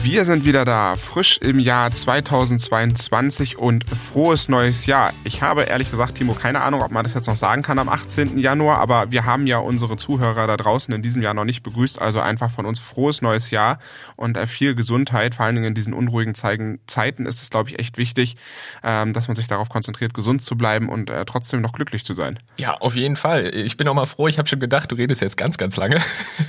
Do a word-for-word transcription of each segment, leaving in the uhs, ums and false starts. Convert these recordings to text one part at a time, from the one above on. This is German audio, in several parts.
Wir sind wieder da, frisch im Jahr zweitausendzweiundzwanzig und frohes neues Jahr. Ich habe ehrlich gesagt, Timo, keine Ahnung, ob man das jetzt noch sagen kann am achtzehnten Januar, aber wir haben ja unsere Zuhörer da draußen in diesem Jahr noch nicht begrüßt, also einfach von uns frohes neues Jahr und viel Gesundheit. Vor allen Dingen in diesen unruhigen Zeiten ist es, glaube ich, echt wichtig, dass man sich darauf konzentriert, gesund zu bleiben und trotzdem noch glücklich zu sein. Ja, auf jeden Fall. Ich bin auch mal froh, ich habe schon gedacht, du redest jetzt ganz, ganz lange.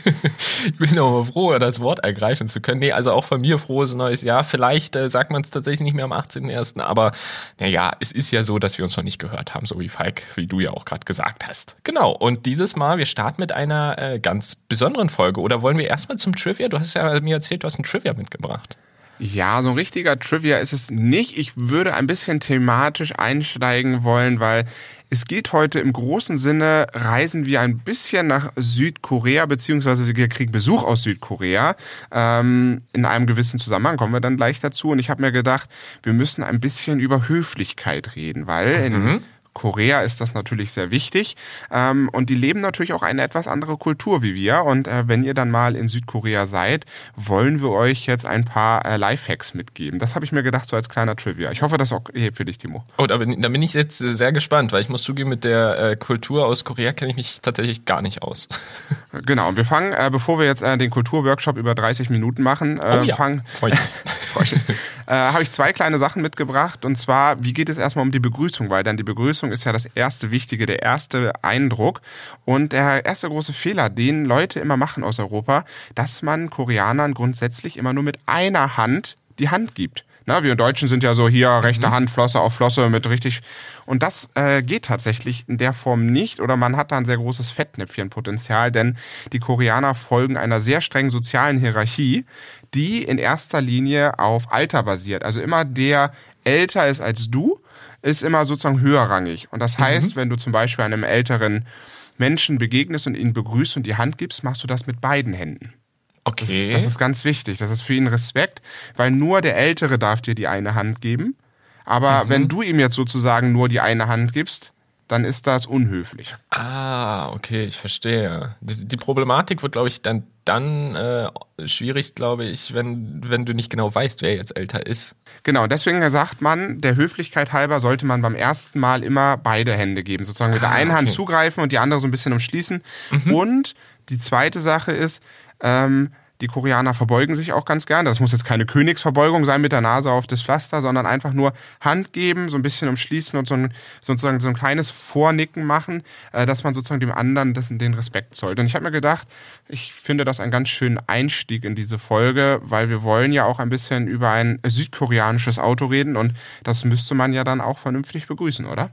Ich bin auch mal froh, das Wort ergreifen zu können. Nee, also auch von mir frohes neues Jahr. Vielleicht äh, sagt man es tatsächlich nicht mehr am achtzehnten ersten aber naja, es ist ja so, dass wir uns noch nicht gehört haben, so wie Falk, wie du ja auch gerade gesagt hast. Genau, und dieses Mal, wir starten mit einer äh, ganz besonderen Folge. Oder wollen wir erstmal zum Trivia? Du hast ja mir erzählt, du hast ein Trivia mitgebracht. Ja, so ein richtiger Trivia ist es nicht. Ich würde ein bisschen thematisch einsteigen wollen, weil es geht heute im großen Sinne, reisen wir ein bisschen nach Südkorea, beziehungsweise wir kriegen Besuch aus Südkorea. Ähm, in einem gewissen Zusammenhang kommen wir dann gleich dazu. Und ich habe mir gedacht, wir müssen ein bisschen über Höflichkeit reden, weil in Mhm. Korea ist das natürlich sehr wichtig, ähm, und die leben natürlich auch eine etwas andere Kultur wie wir und äh, wenn ihr dann mal in Südkorea seid, wollen wir euch jetzt ein paar äh, Lifehacks mitgeben. Das habe ich mir gedacht, so als kleiner Trivia. Ich hoffe, das ist okay für dich, Timo. Oh, da bin, da bin ich jetzt sehr gespannt, weil ich muss zugeben, mit der äh, Kultur aus Korea kenne ich mich tatsächlich gar nicht aus. Genau, und wir fangen, äh, bevor wir jetzt äh, den Kulturworkshop über dreißig Minuten machen, äh, Oh ja, fangen, freu ich mich. äh, habe ich zwei kleine Sachen mitgebracht und zwar, wie geht es erstmal um die Begrüßung, weil dann die Begrüßung ist ja das erste Wichtige, der erste Eindruck und der erste große Fehler, den Leute immer machen aus Europa, dass man Koreanern grundsätzlich immer nur mit einer Hand die Hand gibt. Na, wir Deutschen sind ja so hier rechte Mhm. Hand, Flosse auf Flosse mit richtig und das äh, geht tatsächlich in der Form nicht oder man hat da ein sehr großes Fettnäpfchenpotenzial, denn die Koreaner folgen einer sehr strengen sozialen Hierarchie, die in erster Linie auf Alter basiert. Also immer der älter ist als du, ist immer sozusagen höherrangig. Und das heißt, wenn du zum Beispiel einem älteren Menschen begegnest und ihn begrüßt und die Hand gibst, machst du das mit beiden Händen. Das, Okay. das ist ganz wichtig. Das ist für ihn Respekt, weil nur der Ältere darf dir die eine Hand geben. Aber Mhm. wenn du ihm jetzt sozusagen nur die eine Hand gibst, dann ist das unhöflich. Ah, okay, ich verstehe. Die, die Problematik wird, glaube ich, dann, dann äh, schwierig, glaube ich, wenn, wenn du nicht genau weißt, wer jetzt älter ist. Genau, deswegen sagt man, der Höflichkeit halber sollte man beim ersten Mal immer beide Hände geben. Sozusagen mit der Ah, einen Hand okay. zugreifen und die andere so ein bisschen umschließen. Mhm. Und die zweite Sache ist, ähm, die Koreaner verbeugen sich auch ganz gerne. Das muss jetzt keine Königsverbeugung sein mit der Nase auf das Pflaster, sondern einfach nur Hand geben, so ein bisschen umschließen und so ein, sozusagen so ein kleines Vornicken machen, äh, dass man sozusagen dem anderen das, den Respekt zollt. Und ich habe mir gedacht, ich finde das einen ganz schönen Einstieg in diese Folge, weil wir wollen ja auch ein bisschen über ein südkoreanisches Auto reden und das müsste man ja dann auch vernünftig begrüßen, oder?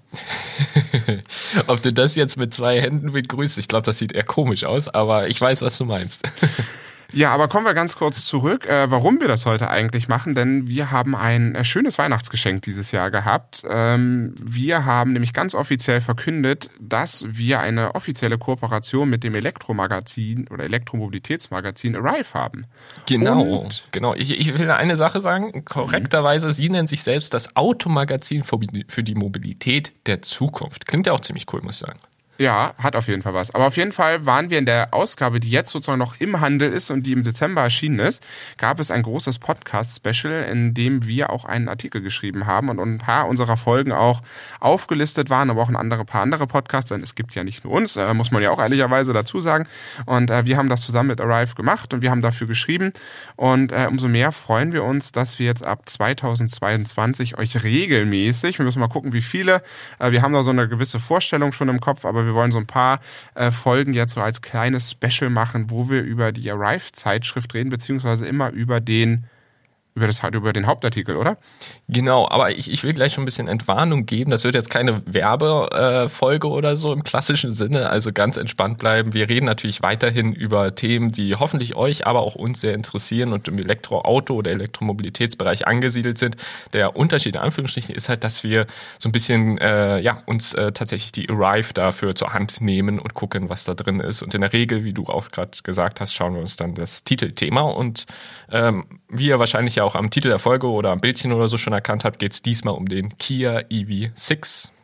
Ob du das jetzt mit zwei Händen begrüßt, ich glaube, das sieht eher komisch aus, aber ich weiß, was du meinst. Ja, aber kommen wir ganz kurz zurück, äh, warum wir das heute eigentlich machen, denn wir haben ein äh, schönes Weihnachtsgeschenk dieses Jahr gehabt. Ähm, wir haben nämlich ganz offiziell verkündet, dass wir eine offizielle Kooperation mit dem Elektromagazin oder Elektromobilitätsmagazin Arrive haben. Genau, Und- genau. Ich, ich will eine Sache sagen, korrekterweise, sie nennen sich selbst das Automagazin für die- für die Mobilität der Zukunft. Klingt ja auch ziemlich cool, muss ich sagen. Ja, hat auf jeden Fall was. Aber auf jeden Fall waren wir in der Ausgabe, die jetzt sozusagen noch im Handel ist und die im Dezember erschienen ist, gab es ein großes Podcast-Special, in dem wir auch einen Artikel geschrieben haben und ein paar unserer Folgen auch aufgelistet waren, aber auch ein andere, paar andere Podcasts, denn es gibt ja nicht nur uns, äh, muss man ja auch ehrlicherweise dazu sagen. Und äh, wir haben das zusammen mit Arrive gemacht und wir haben dafür geschrieben. Und äh, umso mehr freuen wir uns, dass wir jetzt ab zweitausendzweiundzwanzig euch regelmäßig, wir müssen mal gucken, wie viele, äh, wir haben da so eine gewisse Vorstellung schon im Kopf, aber wir wollen so ein paar äh, Folgen jetzt so als kleines Special machen, wo wir über die Arrive-Zeitschrift reden, beziehungsweise immer über den über, das, über den Hauptartikel, oder? Genau, aber ich, ich will gleich schon ein bisschen Entwarnung geben. Das wird jetzt keine Werbefolge oder so im klassischen Sinne, also ganz entspannt bleiben. Wir reden natürlich weiterhin über Themen, die hoffentlich euch, aber auch uns sehr interessieren und im Elektroauto- oder Elektromobilitätsbereich angesiedelt sind. Der Unterschied in Anführungsstrichen ist halt, dass wir so ein bisschen äh, ja uns äh, tatsächlich die Arrive dafür zur Hand nehmen und gucken, was da drin ist. Und in der Regel, wie du auch gerade gesagt hast, schauen wir uns dann das Titelthema und ähm, wie ihr wahrscheinlich ja auch am Titel der Folge oder am Bildchen oder so schon erkannt habt, geht es diesmal um den Kia E V sechs.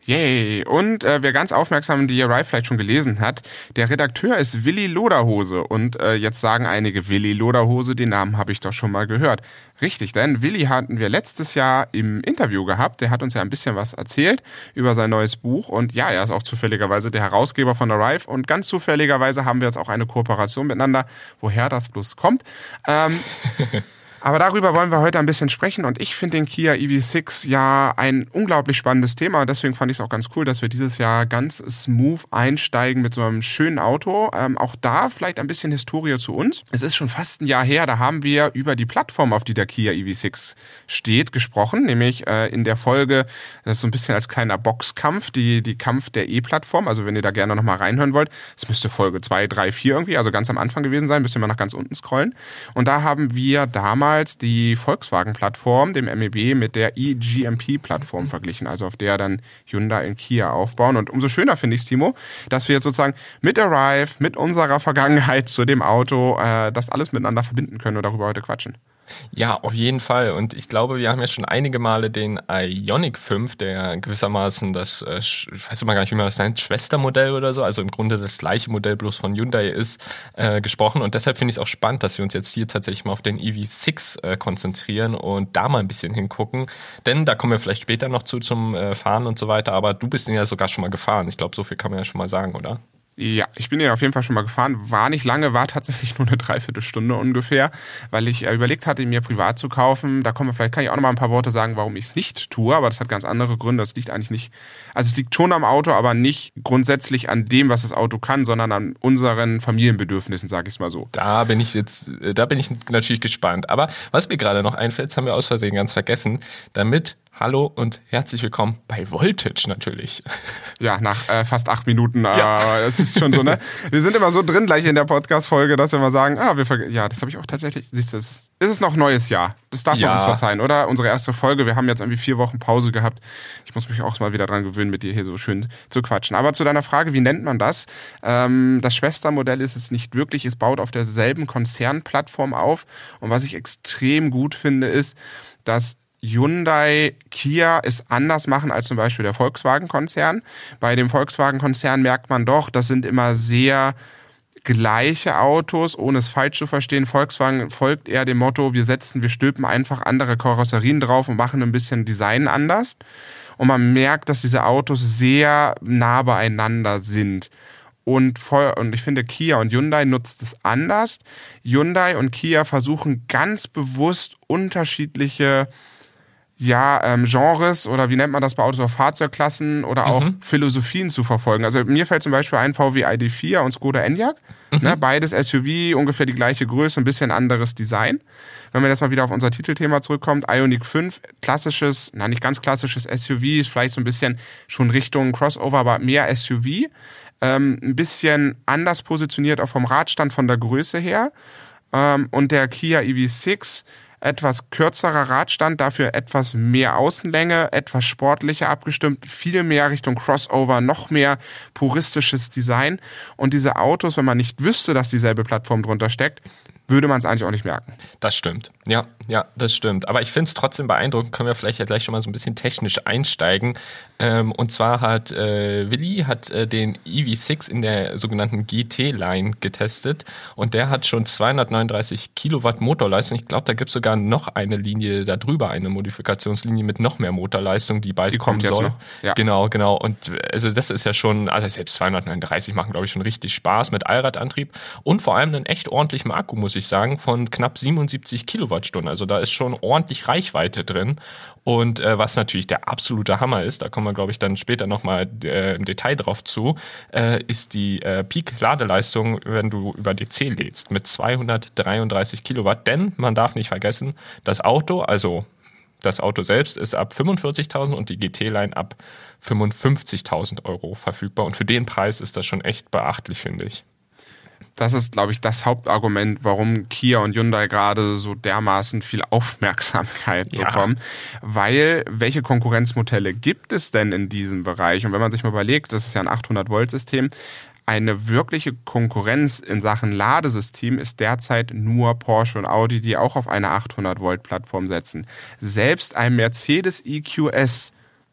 Yay! Und äh, wer ganz aufmerksam die Arrive vielleicht schon gelesen hat, der Redakteur ist Willi Loderhose. Und äh, jetzt sagen einige, Willi Loderhose, den Namen habe ich doch schon mal gehört. Richtig, denn Willi hatten wir letztes Jahr im Interview gehabt. Der hat uns ja ein bisschen was erzählt über sein neues Buch. Und ja, er ist auch zufälligerweise der Herausgeber von Arrive. Und ganz zufälligerweise haben wir jetzt auch eine Kooperation miteinander. Woher das bloß kommt. Ähm... Aber darüber wollen wir heute ein bisschen sprechen und ich finde den Kia E V sechs ja ein unglaublich spannendes Thema. Deswegen fand ich es auch ganz cool, dass wir dieses Jahr ganz smooth einsteigen mit so einem schönen Auto. Ähm, auch da vielleicht ein bisschen Historie zu uns. Es ist schon fast ein Jahr her, da haben wir über die Plattform, auf die der Kia E V sechs steht, gesprochen. Nämlich äh, in der Folge, das ist so ein bisschen als kleiner Boxkampf, die, die Kampf der E-Plattform. Also wenn ihr da gerne nochmal reinhören wollt, es müsste Folge zwei, drei, vier irgendwie, also ganz am Anfang gewesen sein, müsst ihr mal nach ganz unten scrollen. Und da haben wir damals die Volkswagen-Plattform, dem M E B, mit der E G M P-Plattform verglichen, also auf der dann Hyundai und Kia aufbauen. Und umso schöner finde ich es, Timo, dass wir jetzt sozusagen mit Arrive, mit unserer Vergangenheit zu dem Auto, äh, das alles miteinander verbinden können und darüber heute quatschen. Ja, auf jeden Fall. Und ich glaube, wir haben ja schon einige Male den Ioniq fünf, der gewissermaßen das, äh, ich weiß immer gar nicht, wie man das nennt, Schwestermodell oder so, also im Grunde das gleiche Modell bloß von Hyundai ist, äh, gesprochen. Und deshalb finde ich es auch spannend, dass wir uns jetzt hier tatsächlich mal auf den E V sechs äh, konzentrieren und da mal ein bisschen hingucken. Denn da kommen wir vielleicht später noch zu zum äh, Fahren und so weiter. Aber du bist ihn ja sogar schon mal gefahren. Ich glaube, so viel kann man ja schon mal sagen, oder? Ja, ich bin ja auf jeden Fall schon mal gefahren. War nicht lange, war tatsächlich nur eine Dreiviertelstunde ungefähr, weil ich äh, überlegt hatte, ihn mir privat zu kaufen. Da kommen wir, vielleicht kann ich auch noch mal ein paar Worte sagen, warum ich es nicht tue, aber das hat ganz andere Gründe. Das liegt eigentlich nicht, also es liegt schon am Auto, aber nicht grundsätzlich an dem, was das Auto kann, sondern an unseren Familienbedürfnissen, sage ich es mal so. Da bin ich jetzt, da bin ich natürlich gespannt. Aber was mir gerade noch einfällt, das haben wir aus Versehen ganz vergessen, damit hallo und herzlich willkommen bei Voltage natürlich. Ja, nach äh, fast acht Minuten, äh, ja. Es ist schon so, ne? Wir sind immer so drin gleich in der Podcast-Folge, dass wir mal sagen, ah, wir ver- ja, das habe ich auch tatsächlich, siehst du, es ist, ist es noch neues Jahr. Das darf man ja. uns verzeihen, oder? Unsere erste Folge, wir haben jetzt irgendwie vier Wochen Pause gehabt. Ich muss mich auch mal wieder dran gewöhnen, mit dir hier so schön zu quatschen. Aber zu deiner Frage, wie nennt man das? Ähm, das Schwestermodell ist es nicht wirklich, es baut auf derselben Konzernplattform auf. Und was ich extrem gut finde, ist, dass Hyundai, Kia es anders machen als zum Beispiel der Volkswagen-Konzern. Bei dem Volkswagen-Konzern merkt man doch, das sind immer sehr gleiche Autos, ohne es falsch zu verstehen. Volkswagen folgt eher dem Motto, wir setzen, wir stülpen einfach andere Karosserien drauf und machen ein bisschen Design anders. Und man merkt, dass diese Autos sehr nah beieinander sind. Und, voll, und ich finde, Kia und Hyundai nutzt es anders. Hyundai und Kia versuchen ganz bewusst unterschiedliche ja, ähm, Genres oder wie nennt man das bei Autos, auch Fahrzeugklassen oder auch mhm. Philosophien zu verfolgen. Also mir fällt zum Beispiel ein V W I D vier und Skoda Enyaq, mhm. ne, beides S U V, ungefähr die gleiche Größe, ein bisschen anderes Design. Wenn man jetzt mal wieder auf unser Titelthema zurückkommt, Ioniq fünf, klassisches, na nicht ganz klassisches S U V, ist vielleicht so ein bisschen schon Richtung Crossover, aber mehr S U V, ähm, ein bisschen anders positioniert auch vom Radstand, von der Größe her. Ähm, und der Kia E V sechs, etwas kürzerer Radstand, dafür etwas mehr Außenlänge, etwas sportlicher abgestimmt, viel mehr Richtung Crossover, noch mehr puristisches Design. Und diese Autos, wenn man nicht wüsste, dass dieselbe Plattform drunter steckt, würde man es eigentlich auch nicht merken. Das stimmt. Ja, ja, das stimmt. Aber ich finde es trotzdem beeindruckend, können wir vielleicht ja gleich schon mal so ein bisschen technisch einsteigen. Ähm, und zwar hat äh, Willi hat äh, den E V sechs in der sogenannten G T-Line getestet und der hat schon zweihundertneununddreißig Kilowatt Motorleistung. Ich glaube, da gibt es sogar noch eine Linie darüber, eine Modifikationslinie mit noch mehr Motorleistung, die bald die kommen kommt soll. Jetzt noch. Ja. Genau, genau. Und also das ist ja schon, also selbst zweihundertneununddreißig machen, glaube ich, schon richtig Spaß mit Allradantrieb und vor allem einen echt ordentlichen Akku, muss ich sagen, von knapp siebenundsiebzig Kilowattstunden. Also da ist schon ordentlich Reichweite drin. Und äh, was natürlich der absolute Hammer ist, da kommen wir, glaube ich, dann später nochmal äh, im Detail drauf zu, äh, ist die äh, Peak-Ladeleistung, wenn du über D C lädst, mit zweihundertdreiunddreißig Kilowatt. Denn man darf nicht vergessen, das Auto, also das Auto selbst, ist ab fünfundvierzigtausend und die G T-Line ab fünfundfünfzigtausend Euro verfügbar. Und für den Preis ist das schon echt beachtlich, finde ich. Das ist, glaube ich, das Hauptargument, warum Kia und Hyundai gerade so dermaßen viel Aufmerksamkeit ja. bekommen. Weil, welche Konkurrenzmodelle gibt es denn in diesem Bereich? Und wenn man sich mal überlegt, das ist ja ein achthundert-Volt-System, eine wirkliche Konkurrenz in Sachen Ladesystem ist derzeit nur Porsche und Audi, die auch auf eine achthundert-Volt-Plattform setzen. Selbst ein Mercedes E Q S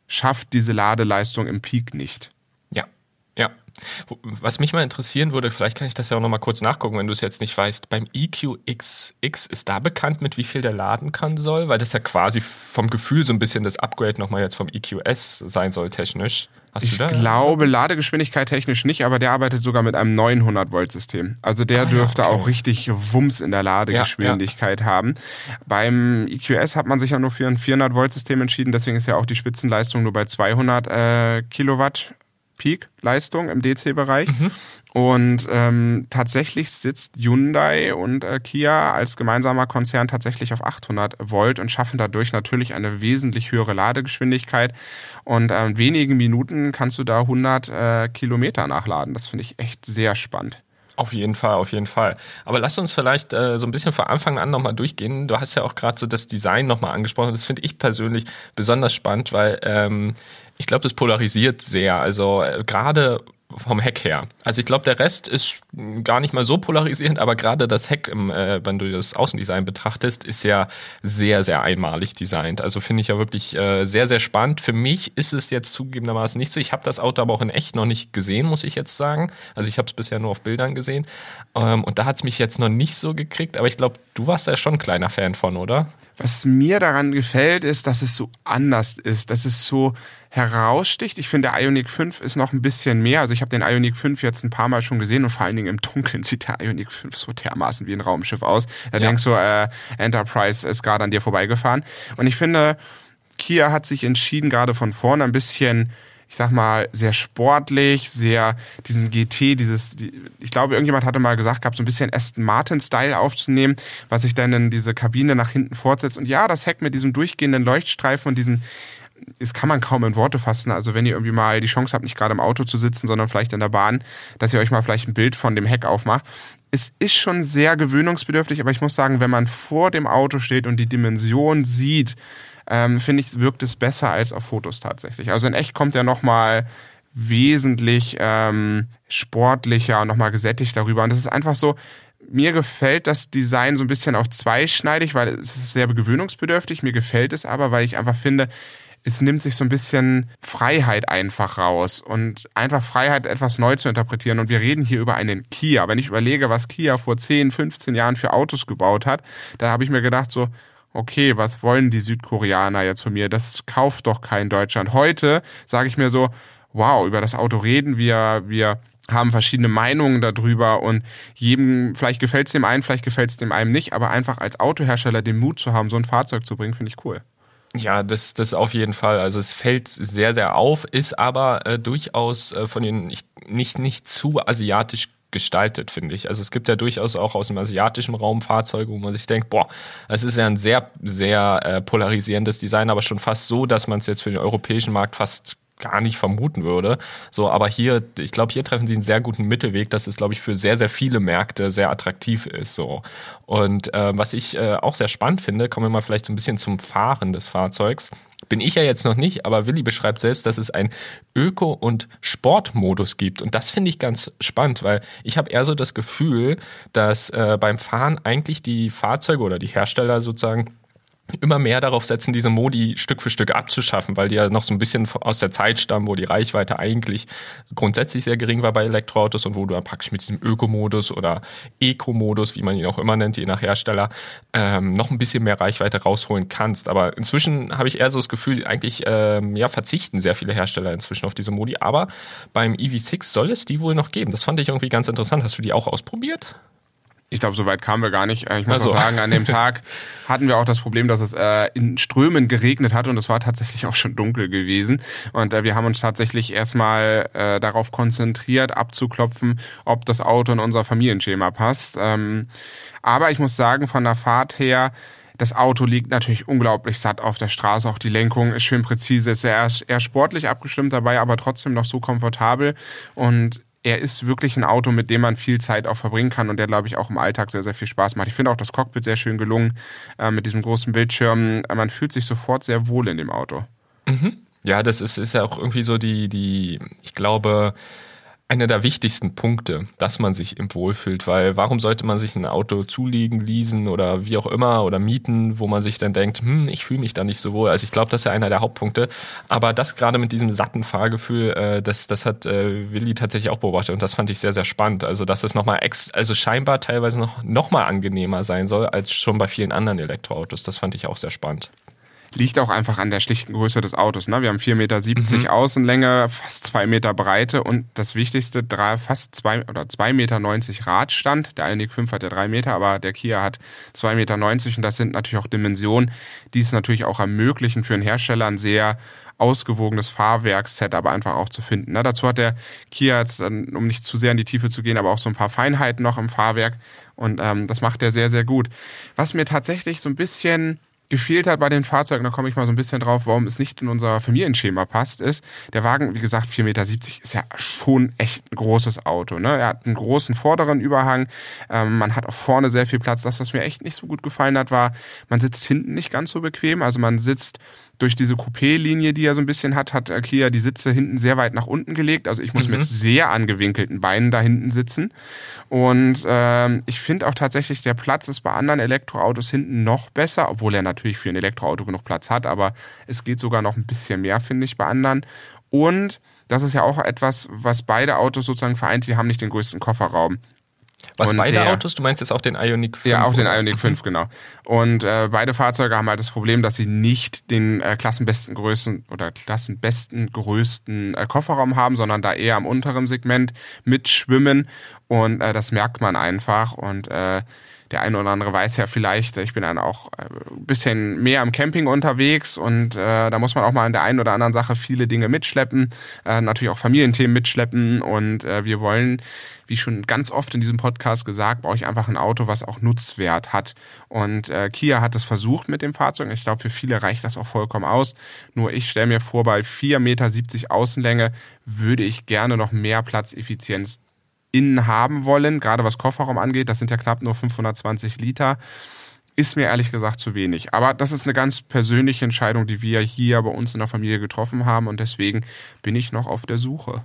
schafft diese Ladeleistung im Peak nicht. Ja, ja. Was mich mal interessieren würde, vielleicht kann ich das ja auch noch mal kurz nachgucken, wenn du es jetzt nicht weißt, beim E Q X X, ist da bekannt, mit wie viel der laden kann soll? Weil das ja quasi vom Gefühl so ein bisschen das Upgrade nochmal jetzt vom E Q S sein soll technisch. Hast ich du da? glaube, Ladegeschwindigkeit technisch nicht, aber der arbeitet sogar mit einem neunhundert Volt System. Also der ah, dürfte ja, okay. auch richtig Wumms in der Ladegeschwindigkeit ja, ja. haben. Beim E Q S hat man sich ja nur für ein vierhundert Volt System entschieden, deswegen ist ja auch die Spitzenleistung nur bei zweihundert äh, Kilowatt Peak-Leistung im D C-Bereich. Mhm. Und ähm, tatsächlich sitzt Hyundai und äh, Kia als gemeinsamer Konzern tatsächlich auf achthundert Volt und schaffen dadurch natürlich eine wesentlich höhere Ladegeschwindigkeit. Und äh, in wenigen Minuten kannst du da hundert äh, Kilometer nachladen. Das finde ich echt sehr spannend. Auf jeden Fall, auf jeden Fall. Aber lass uns vielleicht äh, so ein bisschen von Anfang an nochmal durchgehen. Du hast ja auch gerade so das Design nochmal angesprochen. Das finde ich persönlich besonders spannend, weil ähm, ich glaube, das polarisiert sehr. Also äh, gerade vom Heck her. Also ich glaube, der Rest ist gar nicht mal so polarisierend, aber gerade das Heck, im, äh, wenn du das Außendesign betrachtest, ist ja sehr, sehr einmalig designt. Also finde ich ja wirklich äh, sehr, sehr spannend. Für mich ist es jetzt zugegebenermaßen nicht so. Ich habe das Auto aber auch in echt noch nicht gesehen, muss ich jetzt sagen. Also ich habe es bisher nur auf Bildern gesehen. Ähm, und da hat es mich jetzt noch nicht so gekriegt. Aber ich glaube, du warst da schon ein kleiner Fan von, oder? Was mir daran gefällt, ist, dass es so anders ist, dass es so heraussticht. Ich finde, der Ioniq fünf ist noch ein bisschen mehr. Also ich habe den Ioniq fünf jetzt ein paar Mal schon gesehen und vor allen Dingen im Dunkeln sieht der Ioniq fünf so dermaßen wie ein Raumschiff aus. Da ja. denkst du, äh, Enterprise ist gerade an dir vorbeigefahren. Und ich finde, Kia hat sich entschieden, gerade von vorne ein bisschen, ich sag mal, sehr sportlich, sehr diesen G T, dieses, die, ich glaube, irgendjemand hatte mal gesagt gehabt, so ein bisschen Aston Martin-Style aufzunehmen, was sich dann in diese Kabine nach hinten fortsetzt. Und ja, das Heck mit diesem durchgehenden Leuchtstreifen und diesem, das kann man kaum in Worte fassen. Also wenn ihr irgendwie mal die Chance habt, nicht gerade im Auto zu sitzen, sondern vielleicht in der Bahn, dass ihr euch mal vielleicht ein Bild von dem Heck aufmacht. Es ist schon sehr gewöhnungsbedürftig, aber ich muss sagen, wenn man vor dem Auto steht und die Dimension sieht, Ähm, finde ich, wirkt es besser als auf Fotos tatsächlich. Also in echt kommt er nochmal wesentlich ähm, sportlicher und nochmal gesättigt darüber. Und es ist einfach so, mir gefällt das Design so ein bisschen auf zweischneidig, weil es ist sehr gewöhnungsbedürftig. Mir gefällt es aber, weil ich einfach finde, es nimmt sich so ein bisschen Freiheit einfach raus und einfach Freiheit, etwas neu zu interpretieren. Und wir reden hier über einen Kia. Wenn ich überlege, was Kia vor zehn, fünfzehn Jahren für Autos gebaut hat, da habe ich mir gedacht so, okay, was wollen die Südkoreaner jetzt von mir? Das kauft doch kein Deutschland. Heute sage ich mir so, wow, über das Auto reden wir, wir haben verschiedene Meinungen darüber und jedem, vielleicht gefällt es dem einen, vielleicht gefällt es dem einen nicht, aber einfach als Autohersteller den Mut zu haben, so ein Fahrzeug zu bringen, finde ich cool. Ja, das, das auf jeden Fall. Also es fällt sehr, sehr auf, ist aber äh, durchaus äh, von den ich, nicht, nicht zu asiatisch gestaltet, finde ich. Also es gibt ja durchaus auch aus dem asiatischen Raum Fahrzeuge, wo man sich denkt, boah, das ist ja ein sehr, sehr äh, polarisierendes Design, aber schon fast so, dass man es jetzt für den europäischen Markt fast gar nicht vermuten würde. So, aber hier, ich glaube, hier treffen sie einen sehr guten Mittelweg, dass es, glaube ich, für sehr, sehr viele Märkte sehr attraktiv ist. So. Und äh, was ich äh, auch sehr spannend finde, kommen wir mal vielleicht so ein bisschen zum Fahren des Fahrzeugs. Bin ich ja jetzt noch nicht, aber Willi beschreibt selbst, dass es einen Öko- und Sportmodus gibt. Und das finde ich ganz spannend, weil ich habe eher so das Gefühl, dass äh, beim Fahren eigentlich die Fahrzeuge oder die Hersteller sozusagen immer mehr darauf setzen, diese Modi Stück für Stück abzuschaffen, weil die ja noch so ein bisschen aus der Zeit stammen, wo die Reichweite eigentlich grundsätzlich sehr gering war bei Elektroautos und wo du dann praktisch mit diesem Ökomodus oder Eco-Modus, wie man ihn auch immer nennt, je nach Hersteller, ähm, noch ein bisschen mehr Reichweite rausholen kannst. Aber inzwischen habe ich eher so das Gefühl, eigentlich ähm, ja, verzichten sehr viele Hersteller inzwischen auf diese Modi. Aber beim E V sechs soll es die wohl noch geben. Das fand ich irgendwie ganz interessant. Hast du die auch ausprobiert? Ich glaube, so weit kamen wir gar nicht. Ich muss also. auch sagen, an dem Tag hatten wir auch das Problem, dass es äh, in Strömen geregnet hat und es war tatsächlich auch schon dunkel gewesen. Und äh, wir haben uns tatsächlich erstmal äh, darauf konzentriert, abzuklopfen, ob das Auto in unser Familienschema passt. Ähm, aber ich muss sagen, von der Fahrt her, das Auto liegt natürlich unglaublich satt auf der Straße. Auch die Lenkung ist schön präzise, ist eher, eher sportlich abgestimmt dabei, aber trotzdem noch so komfortabel. Und er ist wirklich ein Auto, mit dem man viel Zeit auch verbringen kann und der, glaube ich, auch im Alltag sehr, sehr viel Spaß macht. Ich finde auch das Cockpit sehr schön gelungen äh, mit diesem großen Bildschirm. Man fühlt sich sofort sehr wohl in dem Auto. Mhm. Ja, das ist, ist ja auch irgendwie so die, die, ich glaube, einer der wichtigsten Punkte, dass man sich im wohlfühlt, weil warum sollte man sich ein Auto zulegen, leasen oder wie auch immer oder mieten, wo man sich dann denkt, hm, ich fühle mich da nicht so wohl. Also ich glaube, das ist ja einer der Hauptpunkte. Aber das gerade mit diesem satten Fahrgefühl, äh, das, das hat äh, Willi tatsächlich auch beobachtet und das fand ich sehr, sehr spannend. Also dass es nochmal ex, also scheinbar teilweise noch, noch mal angenehmer sein soll als schon bei vielen anderen Elektroautos. Das fand ich auch sehr spannend. Liegt auch einfach an der schlichten Größe des Autos. Ne? Wir haben vier Meter siebzig mhm. Außenlänge, fast zwei Meter Breite und das Wichtigste, drei, fast zwei oder zwei Meter neunzig Radstand. Der Ioniq fünf hat ja drei Meter, aber der Kia hat zwei Meter neunzig und das sind natürlich auch Dimensionen, die es natürlich auch ermöglichen, für einen Hersteller ein sehr ausgewogenes Fahrwerkssetup einfach auch zu finden. Ne? Dazu hat der Kia jetzt, um nicht zu sehr in die Tiefe zu gehen, aber auch so ein paar Feinheiten noch im Fahrwerk und ähm, das macht er sehr, sehr gut. Was mir tatsächlich so ein bisschen gefehlt hat bei den Fahrzeugen, da komme ich mal so ein bisschen drauf, warum es nicht in unser Familienschema passt, ist, der Wagen, wie gesagt, vier Meter siebzig ist ja schon echt ein großes Auto. Ne? Er hat einen großen vorderen Überhang, ähm, man hat auch vorne sehr viel Platz. Das, was mir echt nicht so gut gefallen hat, war, man sitzt hinten nicht ganz so bequem, also man sitzt durch diese Coupé-Linie, die er so ein bisschen hat, hat Kia die Sitze hinten sehr weit nach unten gelegt. Also ich muss mhm. mit sehr angewinkelten Beinen da hinten sitzen. Und ähm, ich finde auch tatsächlich, der Platz ist bei anderen Elektroautos hinten noch besser, obwohl er natürlich für ein Elektroauto genug Platz hat, aber es geht sogar noch ein bisschen mehr, finde ich, bei anderen. Und das ist ja auch etwas, was beide Autos sozusagen vereint, sie haben nicht den größten Kofferraum. Was, und beide der, Autos? Du meinst jetzt auch den Ioniq fünf? Ja, auch den Ioniq fünf, genau. Und äh, beide Fahrzeuge haben halt das Problem, dass sie nicht den äh, klassenbesten Größen oder klassenbesten größten äh, Kofferraum haben, sondern da eher am unteren Segment mitschwimmen. Und äh, das merkt man einfach. Und äh, der eine oder andere weiß ja vielleicht, ich bin dann auch ein bisschen mehr am Camping unterwegs und äh, da muss man auch mal in der einen oder anderen Sache viele Dinge mitschleppen, äh, natürlich auch Familienthemen mitschleppen und äh, wir wollen, wie schon ganz oft in diesem Podcast gesagt, brauche ich einfach ein Auto, was auch Nutzwert hat. Und äh, Kia hat es versucht mit dem Fahrzeug. Ich glaube, für viele reicht das auch vollkommen aus. Nur ich stelle mir vor, bei vier Meter siebzig Außenlänge würde ich gerne noch mehr Platzeffizienz innen haben wollen, gerade was Kofferraum angeht. Das sind ja knapp nur fünfhundertzwanzig Liter. Ist mir ehrlich gesagt zu wenig. Aber das ist eine ganz persönliche Entscheidung, die wir hier bei uns in der Familie getroffen haben und deswegen bin ich noch auf der Suche.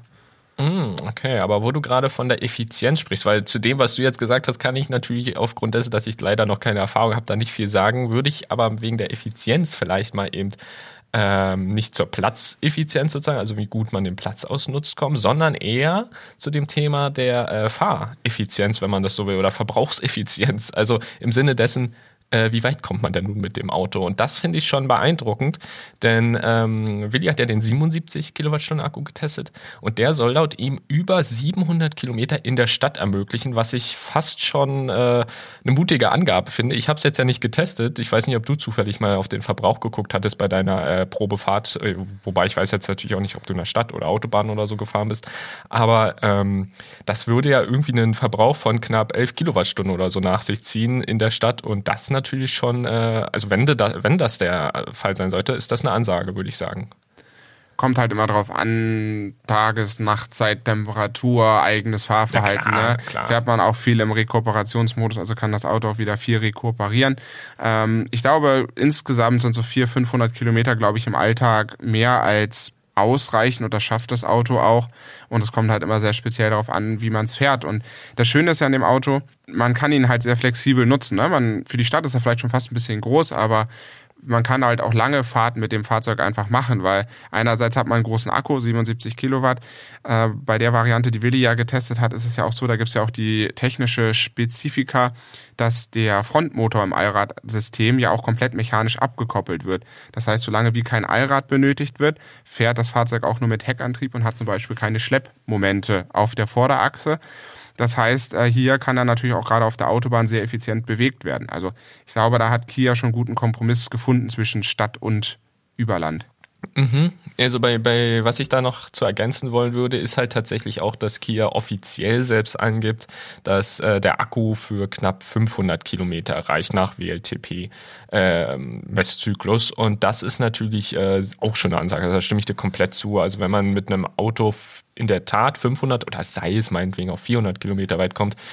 Okay, aber wo du gerade von der Effizienz sprichst, weil zu dem, was du jetzt gesagt hast, kann ich natürlich aufgrund dessen, dass ich leider noch keine Erfahrung habe, da nicht viel sagen, würde ich aber wegen der Effizienz vielleicht mal eben ähm, nicht zur Platzeffizienz sozusagen, also wie gut man den Platz ausnutzt, kommen, sondern eher zu dem Thema der äh, Fahreffizienz, wenn man das so will, oder Verbrauchseffizienz, also im Sinne dessen, äh, wie weit kommt man denn nun mit dem Auto? Und das finde ich schon beeindruckend, denn ähm, Willi hat ja den siebenundsiebzig Kilowattstunden Akku getestet und der soll laut ihm über siebenhundert Kilometer in der Stadt ermöglichen, was ich fast schon äh, eine mutige Angabe finde. Ich habe es jetzt ja nicht getestet. Ich weiß nicht, ob du zufällig mal auf den Verbrauch geguckt hattest bei deiner äh, Probefahrt, äh, wobei ich weiß jetzt natürlich auch nicht, ob du in der Stadt oder Autobahn oder so gefahren bist, aber ähm, das würde ja irgendwie einen Verbrauch von knapp elf Kilowattstunden oder so nach sich ziehen in der Stadt und das natürlich schon, äh, also wenn, de, wenn das der Fall sein sollte, ist das eine Ansage, würde ich sagen. Kommt halt immer drauf an, Tages-, Nachtzeit, Temperatur, eigenes Fahrverhalten. Ja, klar, ne? Klar. Fährt man auch viel im Rekuperationsmodus, also kann das Auto auch wieder viel rekuperieren. Ähm, ich glaube, insgesamt sind so vierhundert, fünfhundert Kilometer, glaube ich, im Alltag mehr als ausreichen und das schafft das Auto auch und es kommt halt immer sehr speziell darauf an, wie man es fährt und das Schöne ist ja an dem Auto, man kann ihn halt sehr flexibel nutzen, ne? Man, für die Stadt ist er vielleicht schon fast ein bisschen groß, aber man kann halt auch lange Fahrten mit dem Fahrzeug einfach machen, weil einerseits hat man einen großen Akku, siebenundsiebzig Kilowatt. Äh, bei der Variante, die Willi ja getestet hat, ist es ja auch so, da gibt es ja auch die technische Spezifika, dass der Frontmotor im Allradsystem ja auch komplett mechanisch abgekoppelt wird. Das heißt, solange wie kein Allrad benötigt wird, fährt das Fahrzeug auch nur mit Heckantrieb und hat zum Beispiel keine Schleppmomente auf der Vorderachse. Das heißt, hier kann er natürlich auch gerade auf der Autobahn sehr effizient bewegt werden. Also ich glaube, da hat Kia schon einen guten Kompromiss gefunden zwischen Stadt und Überland. Mhm. Also bei, bei was ich da noch zu ergänzen wollen würde, ist halt tatsächlich auch, dass Kia offiziell selbst angibt, dass äh, der Akku für knapp fünfhundert Kilometer reicht nach W L T P äh, Messzyklus und das ist natürlich äh, auch schon eine Ansage, da stimme ich dir komplett zu. Also wenn man mit einem Auto in der Tat fünfhundert oder sei es meinetwegen auch vierhundert Kilometer weit kommt,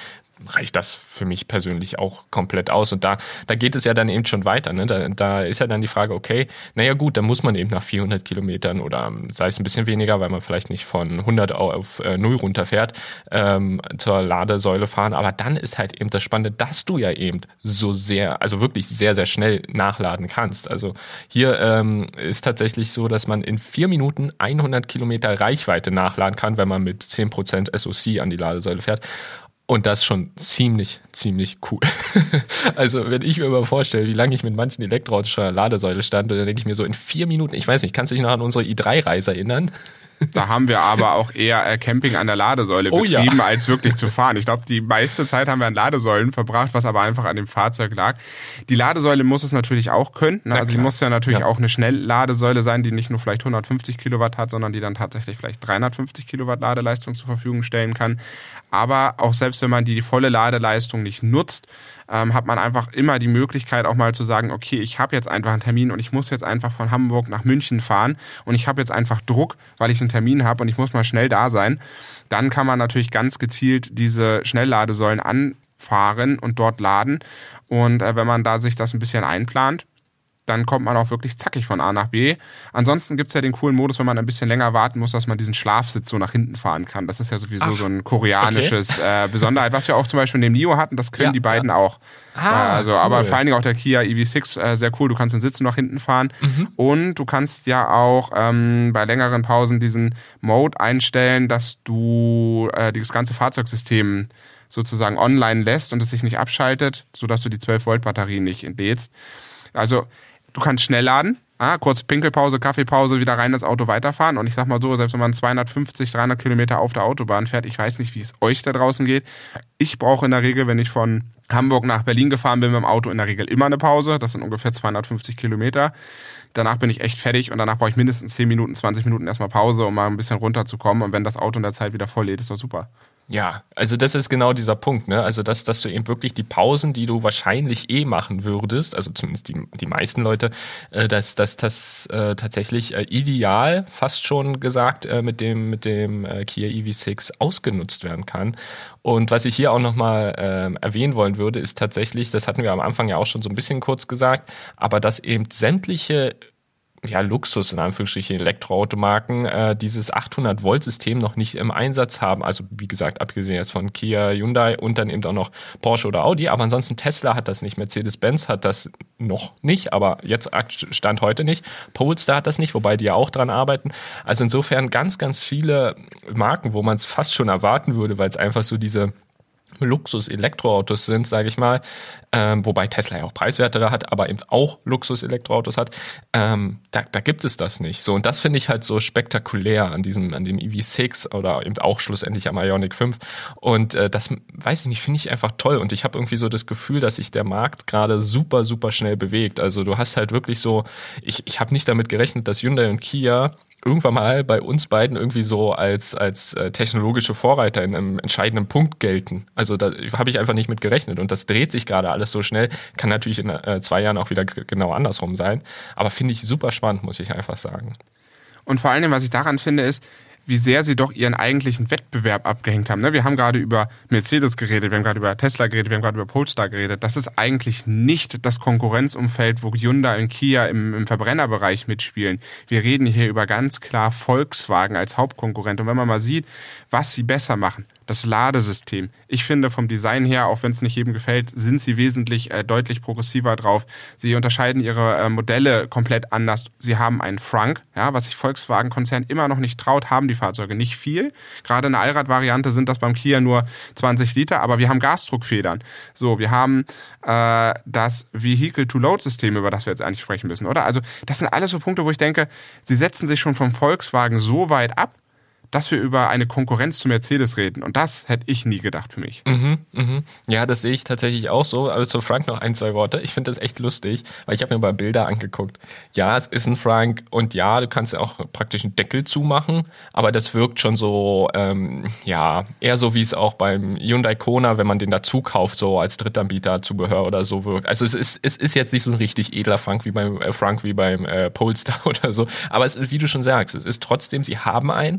reicht das für mich persönlich auch komplett aus. Und da, da geht es ja dann eben schon weiter. Ne? Da, da ist ja dann die Frage, okay, naja gut, dann muss man eben nach vierhundert Kilometern oder sei es ein bisschen weniger, weil man vielleicht nicht von hundert auf äh, null runterfährt, ähm, zur Ladesäule fahren. Aber dann ist halt eben das Spannende, dass du ja eben so sehr, also wirklich sehr, sehr schnell nachladen kannst. Also hier ähm, ist tatsächlich so, dass man in vier Minuten hundert Kilometer Reichweite nachladen kann, wenn man mit zehn Prozent S O C an die Ladesäule fährt. Und das schon ziemlich, ziemlich cool. Also wenn ich mir mal vorstelle, wie lange ich mit manchen Elektroautos schon an der Ladesäule stand, dann denke ich mir so in vier Minuten, ich weiß nicht, kannst du dich noch an unsere i drei Reise erinnern? Da haben wir aber auch eher Camping an der Ladesäule oh, betrieben, ja. als wirklich zu fahren. Ich glaube, die meiste Zeit haben wir an Ladesäulen verbracht, was aber einfach an dem Fahrzeug lag. Die Ladesäule muss es natürlich auch können. Ne? Also die muss ja natürlich ja. auch eine Schnellladesäule sein, die nicht nur vielleicht hundertfünfzig Kilowatt hat, sondern die dann tatsächlich vielleicht dreihundertfünfzig Kilowatt Ladeleistung zur Verfügung stellen kann. Aber auch selbst wenn man die volle Ladeleistung nicht nutzt, ähm, hat man einfach immer die Möglichkeit auch mal zu sagen, okay, ich habe jetzt einfach einen Termin und ich muss jetzt einfach von Hamburg nach München fahren und ich habe jetzt einfach Druck, weil ich einen Termin habe und ich muss mal schnell da sein. Dann kann man natürlich ganz gezielt diese Schnellladesäulen anfahren und dort laden. Und äh, wenn man da sich das ein bisschen einplant, dann kommt man auch wirklich zackig von A nach B. Ansonsten gibt's ja den coolen Modus, wenn man ein bisschen länger warten muss, dass man diesen Schlafsitz so nach hinten fahren kann. Das ist ja sowieso Ach, so ein koreanisches okay. äh, Besonderheit, was wir auch zum Beispiel in dem Nio hatten. Das können ja, die beiden ja. auch. Ah, also, cool. Aber vor allen Dingen auch der Kia E V sechs, äh, sehr cool. Du kannst den Sitz nach hinten fahren. Mhm. Und du kannst ja auch ähm, bei längeren Pausen diesen Mode einstellen, dass du äh, das ganze Fahrzeugsystem sozusagen online lässt und es sich nicht abschaltet, sodass du die zwölf Volt Batterie nicht entlädst. Also du kannst schnell laden, ah, kurz Pinkelpause, Kaffeepause, wieder rein ins Auto weiterfahren. Und ich sag mal so, selbst wenn man zweihundertfünfzig, dreihundert Kilometer auf der Autobahn fährt, ich weiß nicht, wie es euch da draußen geht. Ich brauche in der Regel, wenn ich von Hamburg nach Berlin gefahren bin mit dem Auto, in der Regel immer eine Pause. Das sind ungefähr zweihundertfünfzig Kilometer. Danach bin ich echt fertig und danach brauche ich mindestens zehn Minuten, zwanzig Minuten erstmal Pause, um mal ein bisschen runterzukommen. Und wenn das Auto in der Zeit wieder voll lädt, ist doch super. Ja, also das ist genau dieser Punkt, ne? Also dass, dass du eben wirklich die Pausen, die du wahrscheinlich eh machen würdest, also zumindest die, die meisten Leute, äh, dass, dass das äh, tatsächlich äh, ideal, fast schon gesagt, äh, mit dem mit dem äh, Kia E V sechs ausgenutzt werden kann. Und was ich hier auch nochmal äh, erwähnen wollen würde, ist tatsächlich, das hatten wir am Anfang ja auch schon so ein bisschen kurz gesagt, aber dass eben sämtliche ja, Luxus, in Anführungsstrichen, Elektroautomarken, äh, dieses achthundert Volt System noch nicht im Einsatz haben. Also, wie gesagt, abgesehen jetzt von Kia, Hyundai und dann eben auch noch Porsche oder Audi. Aber ansonsten Tesla hat das nicht, Mercedes-Benz hat das noch nicht, aber jetzt Stand heute nicht. Polestar hat das nicht, wobei die ja auch dran arbeiten. Also insofern ganz, ganz viele Marken, wo man es fast schon erwarten würde, weil es einfach so diese Luxus-Elektroautos sind, sage ich mal, ähm, wobei Tesla ja auch preiswertere hat, aber eben auch Luxus-Elektroautos hat, ähm, da, da gibt es das nicht. So, und das finde ich halt so spektakulär an diesem, an dem E V sechs oder eben auch schlussendlich am Ioniq fünf. Und äh, das, weiß ich nicht, finde ich einfach toll. Und ich habe irgendwie so das Gefühl, dass sich der Markt gerade super, super schnell bewegt. Also du hast halt wirklich so, ich, ich habe nicht damit gerechnet, dass Hyundai und Kia irgendwann mal bei uns beiden irgendwie so als als äh, technologische Vorreiter in einem entscheidenden Punkt gelten. Also da habe ich einfach nicht mit gerechnet und das dreht sich gerade alles so schnell. Kann natürlich in äh, zwei Jahren auch wieder g- genau andersrum sein. Aber finde ich super spannend, muss ich einfach sagen. Und vor allen Dingen, was ich daran finde, ist, wie sehr sie doch ihren eigentlichen Wettbewerb abgehängt haben. Wir haben gerade über Mercedes geredet, wir haben gerade über Tesla geredet, wir haben gerade über Polestar geredet. Das ist eigentlich nicht das Konkurrenzumfeld, wo Hyundai und Kia im, im Verbrennerbereich mitspielen. Wir reden hier über ganz klar Volkswagen als Hauptkonkurrent. Und wenn man mal sieht, was sie besser machen, das Ladesystem. Ich finde vom Design her, auch wenn es nicht jedem gefällt, sind sie wesentlich äh, deutlich progressiver drauf. Sie unterscheiden ihre äh, Modelle komplett anders. Sie haben einen Frunk, ja, was sich Volkswagen-Konzern immer noch nicht traut, haben die Fahrzeuge nicht viel. Gerade in der Allradvariante sind das beim Kia nur zwanzig Liter, aber wir haben Gasdruckfedern. So, wir haben äh, das Vehicle-to-Load-System, über das wir jetzt eigentlich sprechen müssen, oder? Also das sind alles so Punkte, wo ich denke, sie setzen sich schon vom Volkswagen so weit ab, dass wir über eine Konkurrenz zu Mercedes reden. Und das hätte ich nie gedacht für mich. Mhm, mhm. Ja, das sehe ich tatsächlich auch so. Aber zu Frank noch ein, zwei Worte. Ich finde das echt lustig, weil ich habe mir mal Bilder angeguckt. Ja, es ist ein Frank und ja, du kannst ja auch praktisch einen Deckel zumachen, aber das wirkt schon so, ähm, ja, eher so, wie es auch beim Hyundai Kona, wenn man den dazu kauft, so als Drittanbieter Zubehör oder so wirkt. Also es ist, es ist jetzt nicht so ein richtig edler Frank wie beim äh, Frank wie beim äh, Polestar oder so. Aber es ist, wie du schon sagst, es ist trotzdem, sie haben einen.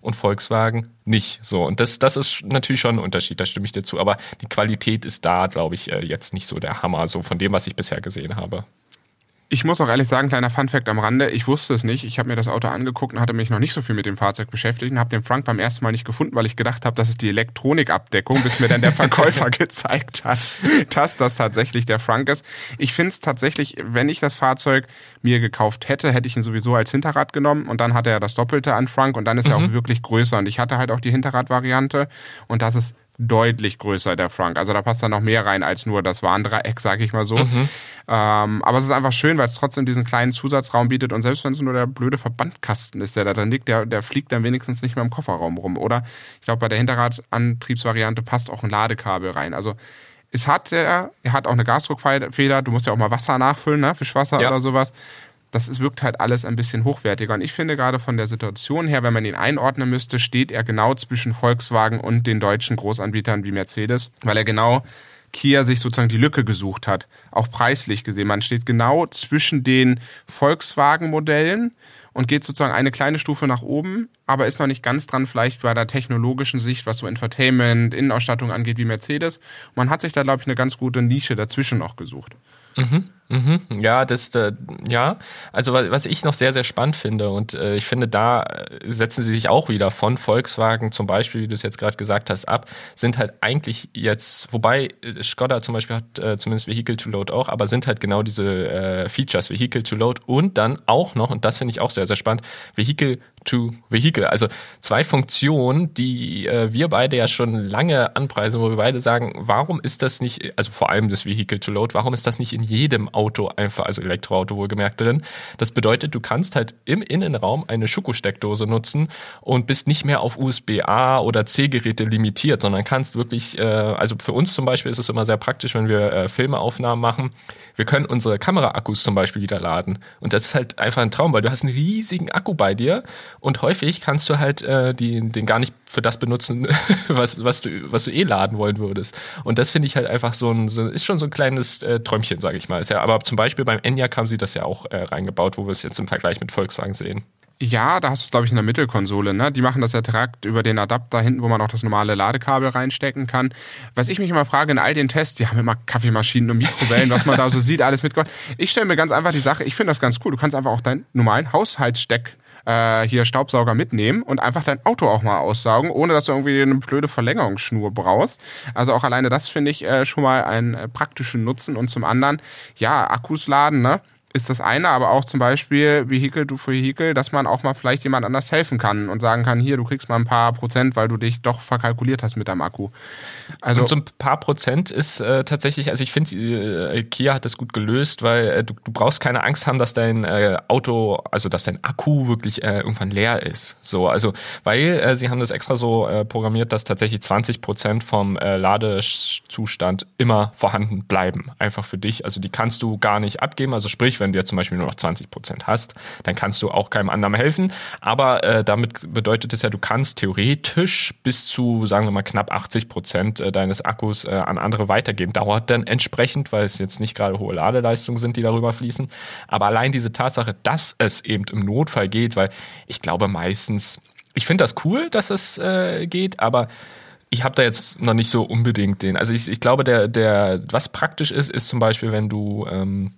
und Volkswagen nicht. So, und das, das ist natürlich schon ein Unterschied, da stimme ich dir zu. Aber die Qualität ist da, glaube ich, jetzt nicht so der Hammer, so von dem, was ich bisher gesehen habe. Ich muss auch ehrlich sagen, kleiner Funfact am Rande, ich wusste es nicht. Ich habe mir das Auto angeguckt und hatte mich noch nicht so viel mit dem Fahrzeug beschäftigt und habe den Frank beim ersten Mal nicht gefunden, weil ich gedacht habe, das ist die Elektronikabdeckung, bis mir dann der Verkäufer gezeigt hat, dass das tatsächlich der Frank ist. Ich finde es tatsächlich, wenn ich das Fahrzeug mir gekauft hätte, hätte ich ihn sowieso als Hinterrad genommen und dann hat er das Doppelte an Frank und dann ist mhm. er auch wirklich größer und ich hatte halt auch die Hinterradvariante und das ist deutlich größer, der Frank. Also da passt dann noch mehr rein als nur das Warndreieck, sage ich mal so. Mhm. Ähm, aber es ist einfach schön, weil es trotzdem diesen kleinen Zusatzraum bietet und selbst wenn es nur der blöde Verbandkasten ist, der da drin liegt, der, der fliegt dann wenigstens nicht mehr im Kofferraum rum. Oder ich glaube, bei der Hinterradantriebsvariante passt auch ein Ladekabel rein. Also es hat er, er hat auch eine Gasdruckfeder, du musst ja auch mal Wasser nachfüllen, ne? Fischwasser ja. oder sowas. Das ist, wirkt halt alles ein bisschen hochwertiger. Und ich finde gerade von der Situation her, wenn man ihn einordnen müsste, steht er genau zwischen Volkswagen und den deutschen Großanbietern wie Mercedes, weil er genau Kia sich sozusagen die Lücke gesucht hat, auch preislich gesehen. Man steht genau zwischen den Volkswagen-Modellen und geht sozusagen eine kleine Stufe nach oben, aber ist noch nicht ganz dran vielleicht bei der technologischen Sicht, was so Infotainment, Innenausstattung angeht wie Mercedes. Man hat sich da, glaube ich, eine ganz gute Nische dazwischen noch gesucht. Mhm, mhm. Ja, das, äh, ja, also was ich noch sehr, sehr spannend finde und äh, ich finde, da setzen sie sich auch wieder von Volkswagen zum Beispiel, wie du es jetzt gerade gesagt hast, ab, sind halt eigentlich jetzt, wobei Skoda zum Beispiel hat äh, zumindest Vehicle to Load auch, aber sind halt genau diese äh, Features, Vehicle to Load und dann auch noch, und das finde ich auch sehr, sehr spannend, Vehicle to Vehicle, also zwei Funktionen, die äh, wir beide ja schon lange anpreisen, wo wir beide sagen, warum ist das nicht, also vor allem das Vehicle to Load, warum ist das nicht in jedem Auto einfach, also Elektroauto wohlgemerkt drin? Das bedeutet, du kannst halt im Innenraum eine Schuko-Steckdose nutzen und bist nicht mehr auf U S B A oder C-Geräte limitiert, sondern kannst wirklich, äh, also für uns zum Beispiel ist es immer sehr praktisch, wenn wir äh, Filmeaufnahmen machen, wir können unsere Kameraakkus zum Beispiel wieder laden und das ist halt einfach ein Traum, weil du hast einen riesigen Akku bei dir und häufig kannst du halt äh, die, den gar nicht für das benutzen, was, was, du, was du eh laden wollen würdest. Und das finde ich halt einfach so ein, so, ist schon so ein kleines äh, Träumchen, sage ich mal. Ist ja, aber zum Beispiel beim Enyaq haben sie das ja auch äh, reingebaut, wo wir es jetzt im Vergleich mit Volkswagen sehen. Ja, da hast du es, glaube ich, in der Mittelkonsole, ne? Die machen das ja direkt über den Adapter hinten, wo man auch das normale Ladekabel reinstecken kann. Was ich mich immer frage, in all den Tests, die haben immer Kaffeemaschinen und Mikrowellen, was man da so sieht, alles mitgebracht. Ich stelle mir ganz einfach die Sache, ich finde das ganz cool. Du kannst einfach auch deinen normalen Haushaltssteck äh, hier Staubsauger mitnehmen und einfach dein Auto auch mal aussaugen, ohne dass du irgendwie eine blöde Verlängerungsschnur brauchst. Also auch alleine das finde ich äh, schon mal einen äh, praktischen Nutzen. Und zum anderen, ja, Akkus laden, ne? Ist das eine, aber auch zum Beispiel Vehicle to Vehicle, dass man auch mal vielleicht jemand anders helfen kann und sagen kann, hier, du kriegst mal ein paar Prozent, weil du dich doch verkalkuliert hast mit deinem Akku. Also und so ein paar Prozent ist äh, tatsächlich, also ich finde, äh, Kia hat das gut gelöst, weil äh, du, du brauchst keine Angst haben, dass dein äh, Auto, also dass dein Akku wirklich äh, irgendwann leer ist. So, also weil äh, sie haben das extra so äh, programmiert, dass tatsächlich zwanzig Prozent vom äh, Ladezustand immer vorhanden bleiben. Einfach für dich. Also die kannst du gar nicht abgeben. Also sprich, wenn du jetzt zum Beispiel nur noch zwanzig Prozent hast, dann kannst du auch keinem anderen helfen. Aber äh, damit bedeutet es ja, du kannst theoretisch bis zu, sagen wir mal, knapp achtzig Prozent äh, deines Akkus äh, an andere weitergeben. Dauert dann entsprechend, weil es jetzt nicht gerade hohe Ladeleistungen sind, die darüber fließen. Aber allein diese Tatsache, dass es eben im Notfall geht, weil ich glaube meistens, ich finde das cool, dass es äh, geht, aber ich habe da jetzt noch nicht so unbedingt den. Also ich, ich glaube, der, der, was praktisch ist, ist zum Beispiel, wenn du ähm,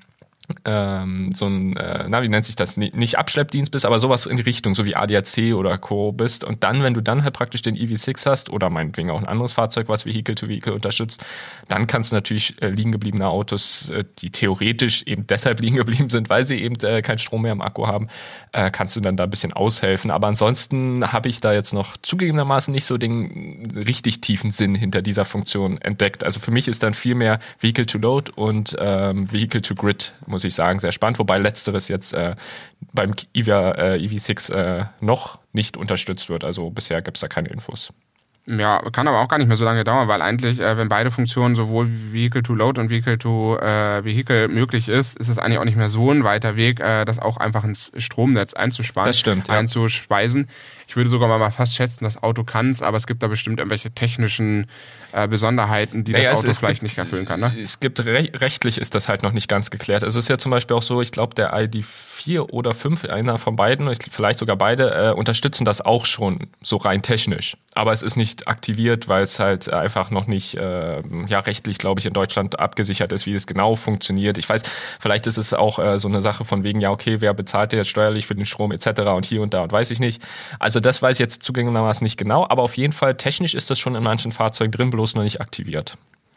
ähm, so ein, äh, na, wie nennt sich das, nicht Abschleppdienst bist, aber sowas in die Richtung, so wie A D A C oder Co. bist und dann, wenn du dann halt praktisch den E V sechs hast oder meinetwegen auch ein anderes Fahrzeug, was Vehicle to Vehicle unterstützt, dann kannst du natürlich äh, liegen gebliebene Autos, äh, die theoretisch eben deshalb liegen geblieben sind, weil sie eben äh, keinen Strom mehr im Akku haben, äh, kannst du dann da ein bisschen aushelfen. Aber ansonsten habe ich da jetzt noch zugegebenermaßen nicht so den richtig tiefen Sinn hinter dieser Funktion entdeckt. Also für mich ist dann viel mehr Vehicle to Load und ähm, Vehicle to Grid, muss ich sagen, sehr spannend, wobei letzteres jetzt äh, beim E V A, äh, E V sechs äh, noch nicht unterstützt wird. Also bisher gibt es da keine Infos. Ja, kann aber auch gar nicht mehr so lange dauern, weil eigentlich, äh, wenn beide Funktionen sowohl Vehicle-to-Load und Vehicle-to-Vehicle äh, möglich ist, ist es eigentlich auch nicht mehr so ein weiter Weg, äh, das auch einfach ins Stromnetz einzusparen, das stimmt, ja. einzuspeisen. Ich würde sogar mal fast schätzen, das Auto kann es, aber es gibt da bestimmt irgendwelche technischen äh, Besonderheiten, die naja, das Auto es, es vielleicht gibt, nicht erfüllen kann. Ne? Es gibt, re- rechtlich ist das halt noch nicht ganz geklärt. Es ist ja zum Beispiel auch so, ich glaube, der I D vier oder fünf, einer von beiden, vielleicht sogar beide, äh, unterstützen das auch schon so rein technisch. Aber es ist nicht aktiviert, weil es halt einfach noch nicht äh, ja rechtlich, glaube ich, in Deutschland abgesichert ist, wie es genau funktioniert. Ich weiß, vielleicht ist es auch äh, so eine Sache von wegen, ja okay, wer bezahlt jetzt steuerlich für den Strom et cetera und hier und da und weiß ich nicht. Also das weiß ich jetzt zugegebenermaßen nicht genau, aber auf jeden Fall technisch ist das schon in manchen Fahrzeugen drin, bloß noch nicht aktiviert.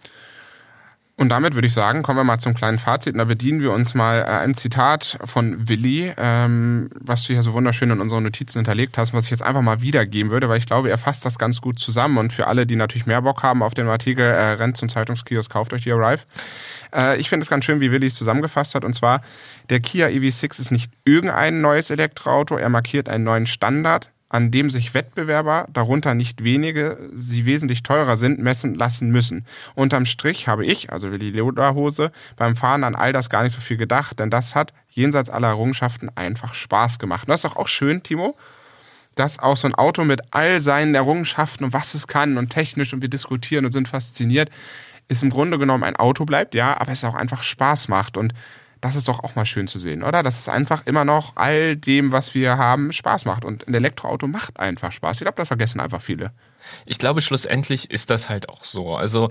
Und damit würde ich sagen, kommen wir mal zum kleinen Fazit. Und da bedienen wir uns mal äh, einem Zitat von Willi, ähm, was du hier so wunderschön in unseren Notizen hinterlegt hast, was ich jetzt einfach mal wiedergeben würde, weil ich glaube, er fasst das ganz gut zusammen. Und für alle, die natürlich mehr Bock haben auf den Artikel, äh, rennt zum Zeitungskiosk, kauft euch die Arrive. Äh, ich finde es ganz schön, wie Willi es zusammengefasst hat. Und zwar, der Kia E V sechs ist nicht irgendein neues Elektroauto, er markiert einen neuen Standard, an dem sich Wettbewerber, darunter nicht wenige, sie wesentlich teurer sind, messen lassen müssen. Unterm Strich habe ich, also Willi Lederhose, beim Fahren an all das gar nicht so viel gedacht, denn das hat jenseits aller Errungenschaften einfach Spaß gemacht. Und das ist doch auch schön, Timo, dass auch so ein Auto mit all seinen Errungenschaften und was es kann und technisch und wir diskutieren und sind fasziniert, ist im Grunde genommen ein Auto bleibt, ja, aber es auch einfach Spaß macht und das ist doch auch mal schön zu sehen, oder? Dass es einfach immer noch all dem, was wir haben, Spaß macht. Und ein Elektroauto macht einfach Spaß. Ich glaube, das vergessen einfach viele. Ich glaube, schlussendlich ist das halt auch so. Also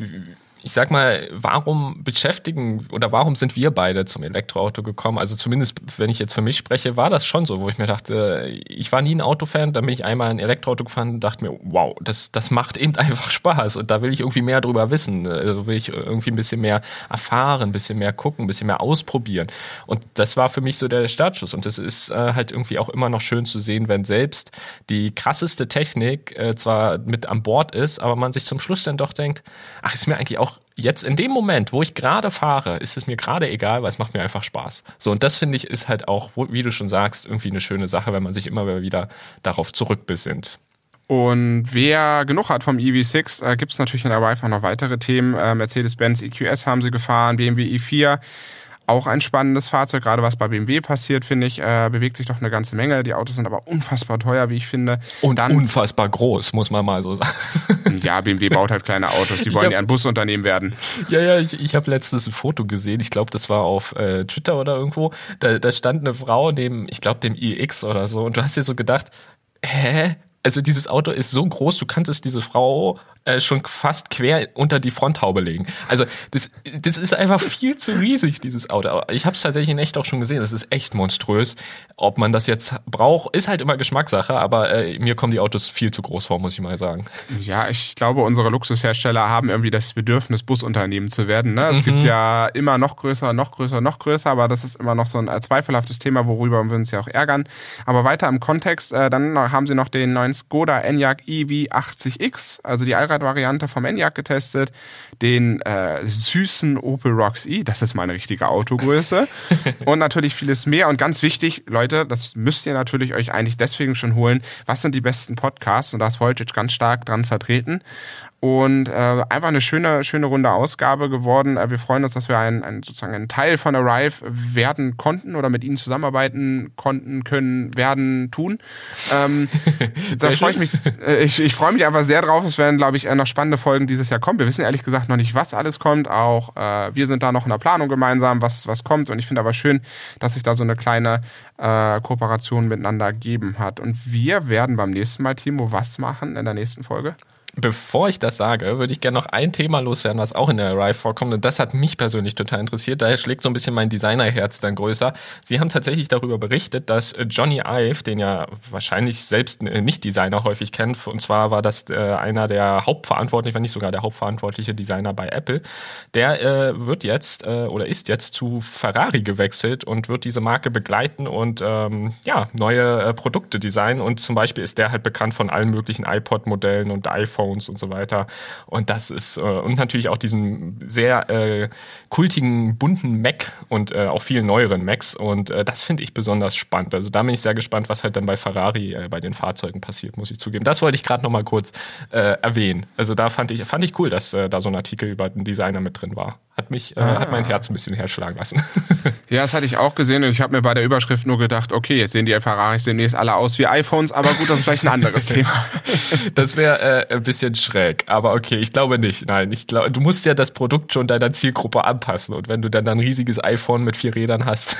ich sag mal, warum beschäftigen oder warum sind wir beide zum Elektroauto gekommen? Also zumindest, wenn ich jetzt für mich spreche, war das schon so, wo ich mir dachte, ich war nie ein Autofan, dann bin ich einmal ein Elektroauto gefahren und dachte mir, wow, das, das macht eben einfach Spaß und da will ich irgendwie mehr drüber wissen. Also will ich irgendwie ein bisschen mehr erfahren, ein bisschen mehr gucken, ein bisschen mehr ausprobieren. Und das war für mich so der Startschuss. Und das ist äh, halt irgendwie auch immer noch schön zu sehen, wenn selbst die krasseste Technik äh, zwar mit an Bord ist, aber man sich zum Schluss dann doch denkt, ach, ist mir eigentlich auch jetzt in dem Moment, wo ich gerade fahre, ist es mir gerade egal, weil es macht mir einfach Spaß. So, und das finde ich ist halt auch, wie du schon sagst, irgendwie eine schöne Sache, wenn man sich immer wieder darauf zurückbesinnt. Und wer genug hat vom E V sechs, äh, gibt es natürlich in der Arrive auch noch weitere Themen. Äh, Mercedes-Benz E Q S haben sie gefahren, B M W i vier. Auch ein spannendes Fahrzeug, gerade was bei B M W passiert, finde ich, äh, bewegt sich doch eine ganze Menge. Die Autos sind aber unfassbar teuer, wie ich finde. Und dann unfassbar groß, muss man mal so sagen. Ja, B M W baut halt kleine Autos, die wollen ja ein Busunternehmen werden. Ja, ja, ich, ich habe letztens ein Foto gesehen, ich glaube, das war auf äh, Twitter oder irgendwo, da, da stand eine Frau neben, ich glaube, dem i X oder so und du hast dir so gedacht, hä? Also dieses Auto ist so groß, du kanntest diese Frau äh, schon fast quer unter die Fronthaube legen. Also das, das ist einfach viel zu riesig, dieses Auto. Ich habe es tatsächlich in echt auch schon gesehen, das ist echt monströs. Ob man das jetzt braucht, ist halt immer Geschmackssache, aber äh, mir kommen die Autos viel zu groß vor, muss ich mal sagen. Ja, ich glaube, unsere Luxushersteller haben irgendwie das Bedürfnis, Busunternehmen zu werden. Ne? Es mhm. gibt ja immer noch größer, noch größer, noch größer, aber das ist immer noch so ein zweifelhaftes Thema, worüber wir uns ja auch ärgern. Aber weiter im Kontext, äh, dann haben sie noch den neuen Skoda Enyaq E V achtzig X, also die Allrad-Variante vom Enyaq getestet, den äh, süßen Opel Rocks E, das ist meine richtige Autogröße und natürlich vieles mehr und ganz wichtig, Leute, das müsst ihr natürlich euch eigentlich deswegen schon holen, was sind die besten Podcasts und da ist Voltage ganz stark dran vertreten. Und äh, einfach eine schöne, schöne runde Ausgabe geworden. Äh, wir freuen uns, dass wir ein, ein, sozusagen ein Teil von Arrive werden konnten oder mit ihnen zusammenarbeiten konnten, können, werden, tun. Ähm, da freue ich mich, äh, ich, ich freue mich einfach sehr drauf. Es werden, glaube ich, noch spannende Folgen dieses Jahr kommen. Wir wissen ehrlich gesagt noch nicht, was alles kommt. Auch äh, wir sind da noch in der Planung gemeinsam, was, was kommt. Und ich finde aber schön, dass sich da so eine kleine äh, Kooperation miteinander gegeben hat. Und wir werden beim nächsten Mal, Timo, was machen in der nächsten Folge? Bevor ich das sage, würde ich gerne noch ein Thema loswerden, was auch in der Arrive vorkommt. Und das hat mich persönlich total interessiert. Daher schlägt so ein bisschen mein Designerherz dann größer. Sie haben tatsächlich darüber berichtet, dass Johnny Ive, den ja wahrscheinlich selbst Nicht-Designer häufig kennt, und zwar war das äh, einer der Hauptverantwortlichen, wenn nicht sogar der hauptverantwortliche Designer bei Apple, der äh, wird jetzt äh, oder ist jetzt zu Ferrari gewechselt und wird diese Marke begleiten und ähm, ja neue äh, Produkte designen. Und zum Beispiel ist der halt bekannt von allen möglichen iPod-Modellen und iPhone iPhones und so weiter. Und das ist, äh, und natürlich auch diesen sehr äh, kultigen, bunten Mac und äh, auch vielen neueren Macs. Und äh, das finde ich besonders spannend. Also da bin ich sehr gespannt, was halt dann bei Ferrari äh, bei den Fahrzeugen passiert, muss ich zugeben. Das wollte ich gerade noch mal kurz äh, erwähnen. Also da fand ich, fand ich cool, dass äh, da so ein Artikel über den Designer mit drin war. Hat mich, äh, ah. hat mein Herz ein bisschen herschlagen lassen. Ja, das hatte ich auch gesehen und ich habe mir bei der Überschrift nur gedacht, okay, jetzt sehen die Ferraris demnächst alle aus wie iPhones, aber gut, das ist vielleicht ein anderes Thema. Das wäre äh, ein bisschen schräg, aber okay, ich glaube nicht. Nein, ich glaube, du musst ja das Produkt schon deiner Zielgruppe anpassen und wenn du dann ein riesiges iPhone mit vier Rädern hast.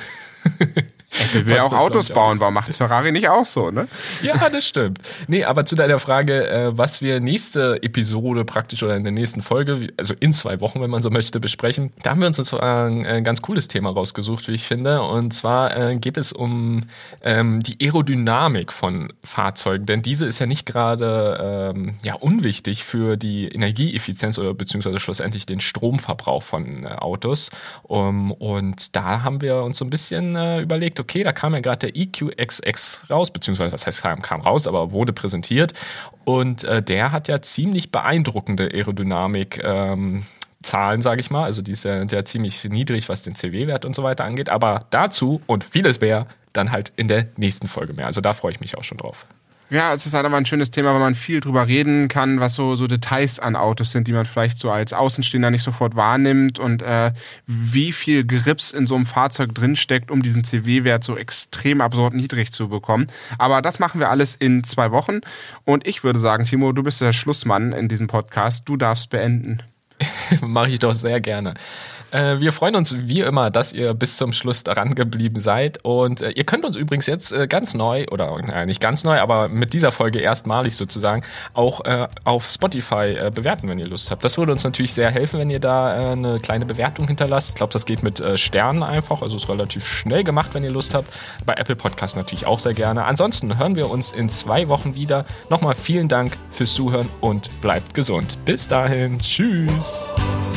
Apple will ja auch Autos bauen, warum macht's Ferrari nicht auch so, ne? Ja, das stimmt. Nee, aber zu deiner Frage, äh, was wir nächste Episode praktisch oder in der nächsten Folge, also in zwei Wochen, wenn man so möchte, besprechen, da haben wir uns äh, ein ganz cooles Thema rausgesucht, wie ich finde. Und zwar äh, geht es um ähm, die Aerodynamik von Fahrzeugen, denn diese ist ja nicht gerade ähm, ja, unwichtig für die Energieeffizienz oder beziehungsweise schlussendlich den Stromverbrauch von äh, Autos. Um, und da haben wir uns so ein bisschen äh, überlegt, okay, da kam ja gerade der E Q X X raus, beziehungsweise was heißt kam, kam raus, aber wurde präsentiert und äh, der hat ja ziemlich beeindruckende Aerodynamik ähm, Zahlen, sage ich mal, also die ist ja, ja ziemlich niedrig, was den C W-Wert und so weiter angeht, aber dazu und vieles mehr dann halt in der nächsten Folge mehr, also da freue ich mich auch schon drauf. Ja, es ist halt aber ein schönes Thema, weil man viel drüber reden kann, was so so Details an Autos sind, die man vielleicht so als Außenstehender nicht sofort wahrnimmt und äh, wie viel Grips in so einem Fahrzeug drinsteckt, um diesen C W-Wert so extrem absurd niedrig zu bekommen. Aber das machen wir alles in zwei Wochen und ich würde sagen, Timo, du bist der Schlussmann in diesem Podcast, du darfst beenden. Mache ich doch sehr gerne. Wir freuen uns wie immer, dass ihr bis zum Schluss daran geblieben seid und äh, ihr könnt uns übrigens jetzt äh, ganz neu, oder naja, nicht ganz neu, aber mit dieser Folge erstmalig sozusagen auch äh, auf Spotify äh, bewerten, wenn ihr Lust habt. Das würde uns natürlich sehr helfen, wenn ihr da äh, eine kleine Bewertung hinterlasst. Ich glaube, das geht mit äh, Sternen einfach, also ist relativ schnell gemacht, wenn ihr Lust habt. Bei Apple Podcasts natürlich auch sehr gerne. Ansonsten hören wir uns in zwei Wochen wieder. Nochmal vielen Dank fürs Zuhören und bleibt gesund. Bis dahin, tschüss!